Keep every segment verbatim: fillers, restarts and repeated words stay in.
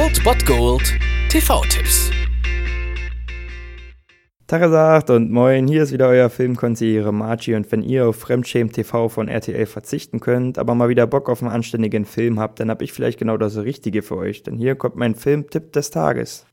Old Bot Gold T V-Tipps. Tagesacht und moin, hier ist wieder euer Filmkonsigliere Margie und wenn ihr auf Fremdschämen T V von R T L verzichten könnt, aber mal wieder Bock auf einen anständigen Film habt, dann hab ich vielleicht genau das Richtige für euch, denn hier kommt mein Filmtipp des Tages.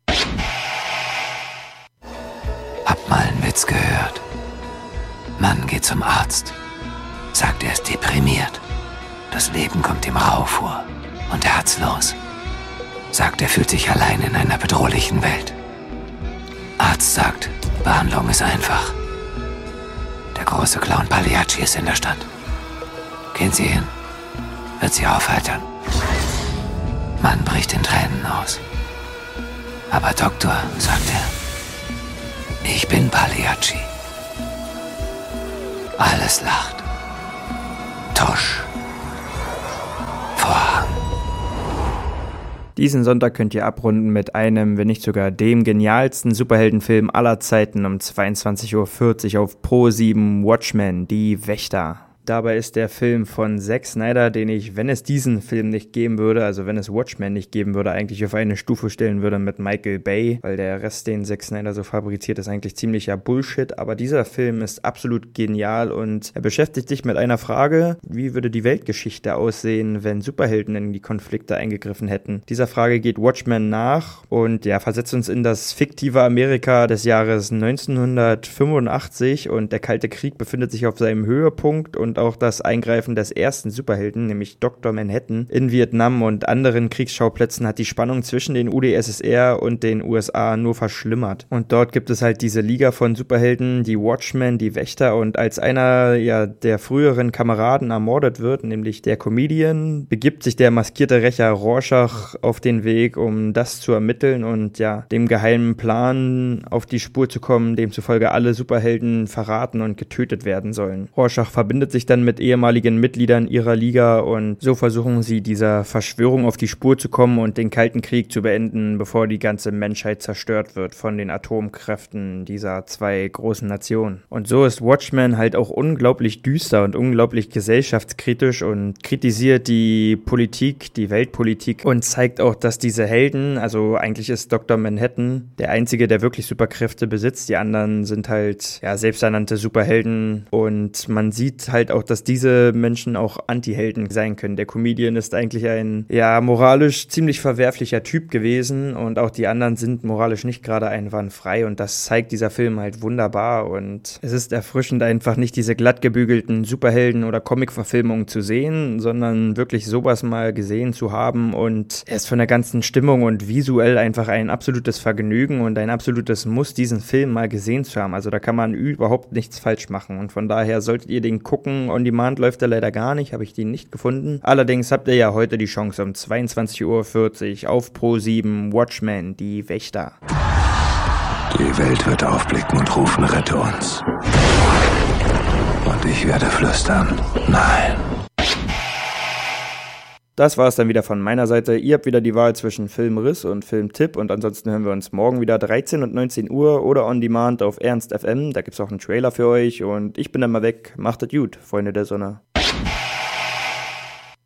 Hab mal einen Witz gehört. Mann geht zum Arzt, sagt, er ist deprimiert. Das Leben kommt ihm rau vor und er hat's los. Sagt, er fühlt sich allein in einer bedrohlichen Welt. Arzt sagt, Behandlung ist einfach. Der große Clown Pagliacci ist in der Stadt. Gehen Sie hin, wird Sie aufheitern. Mann bricht in Tränen aus. Aber Doktor, sagt er, ich bin Pagliacci. Alles lacht. Tusch. Vorhang. Diesen Sonntag könnt ihr abrunden mit einem, wenn nicht sogar dem genialsten Superheldenfilm aller Zeiten um zweiundzwanzig Uhr vierzig auf Pro sieben, Watchmen, die Wächter. Dabei ist der Film von Zack Snyder, den ich, wenn es diesen Film nicht geben würde, also wenn es Watchmen nicht geben würde, eigentlich auf eine Stufe stellen würde mit Michael Bay, weil der Rest, den Zack Snyder so fabriziert, ist eigentlich ziemlicher Bullshit, aber dieser Film ist absolut genial und er beschäftigt sich mit einer Frage, wie würde die Weltgeschichte aussehen, wenn Superhelden in die Konflikte eingegriffen hätten. Dieser Frage geht Watchmen nach und ja, versetzt uns in das fiktive Amerika des Jahres neunzehnhundertfünfundachtzig und der Kalte Krieg befindet sich auf seinem Höhepunkt und Und auch das Eingreifen des ersten Superhelden, nämlich Doktor Manhattan, in Vietnam und anderen Kriegsschauplätzen hat die Spannung zwischen den U d S S R und den U S A nur verschlimmert. Und dort gibt es halt diese Liga von Superhelden, die Watchmen, die Wächter und als einer ja der früheren Kameraden ermordet wird, nämlich der Comedian, begibt sich der maskierte Rächer Rorschach auf den Weg, um das zu ermitteln und ja, dem geheimen Plan auf die Spur zu kommen, demzufolge alle Superhelden verraten und getötet werden sollen. Rorschach verbindet sich dann mit ehemaligen Mitgliedern ihrer Liga und so versuchen sie dieser Verschwörung auf die Spur zu kommen und den Kalten Krieg zu beenden, bevor die ganze Menschheit zerstört wird von den Atomkräften dieser zwei großen Nationen. Und so ist Watchmen halt auch unglaublich düster und unglaublich gesellschaftskritisch und kritisiert die Politik, die Weltpolitik und zeigt auch, dass diese Helden, also eigentlich ist Doktor Manhattan der einzige, der wirklich Superkräfte besitzt, die anderen sind halt ja selbsternannte Superhelden und man sieht halt auch, dass diese Menschen auch Anti-Helden sein können. Der Comedian ist eigentlich ein, ja, moralisch ziemlich verwerflicher Typ gewesen und auch die anderen sind moralisch nicht gerade einwandfrei und das zeigt dieser Film halt wunderbar und es ist erfrischend, einfach nicht diese glatt gebügelten Superhelden- oder Comic-Verfilmungen zu sehen, sondern wirklich sowas mal gesehen zu haben und er ist von der ganzen Stimmung und visuell einfach ein absolutes Vergnügen und ein absolutes Muss, diesen Film mal gesehen zu haben. Also da kann man überhaupt nichts falsch machen und von daher solltet ihr den gucken. On Demand läuft er leider gar nicht, habe ich den nicht gefunden. Allerdings habt ihr ja heute die Chance um zweiundzwanzig Uhr vierzig auf Pro sieben, Watchmen, die Wächter. Die Welt wird aufblicken und rufen, rette uns. Und ich werde flüstern, nein. Das war es dann wieder von meiner Seite. Ihr habt wieder die Wahl zwischen Filmriss und Filmtipp und ansonsten hören wir uns morgen wieder dreizehn und neunzehn Uhr oder on demand auf Ernst F M. Da gibt's auch einen Trailer für euch und ich bin dann mal weg. Macht es gut, Freunde der Sonne.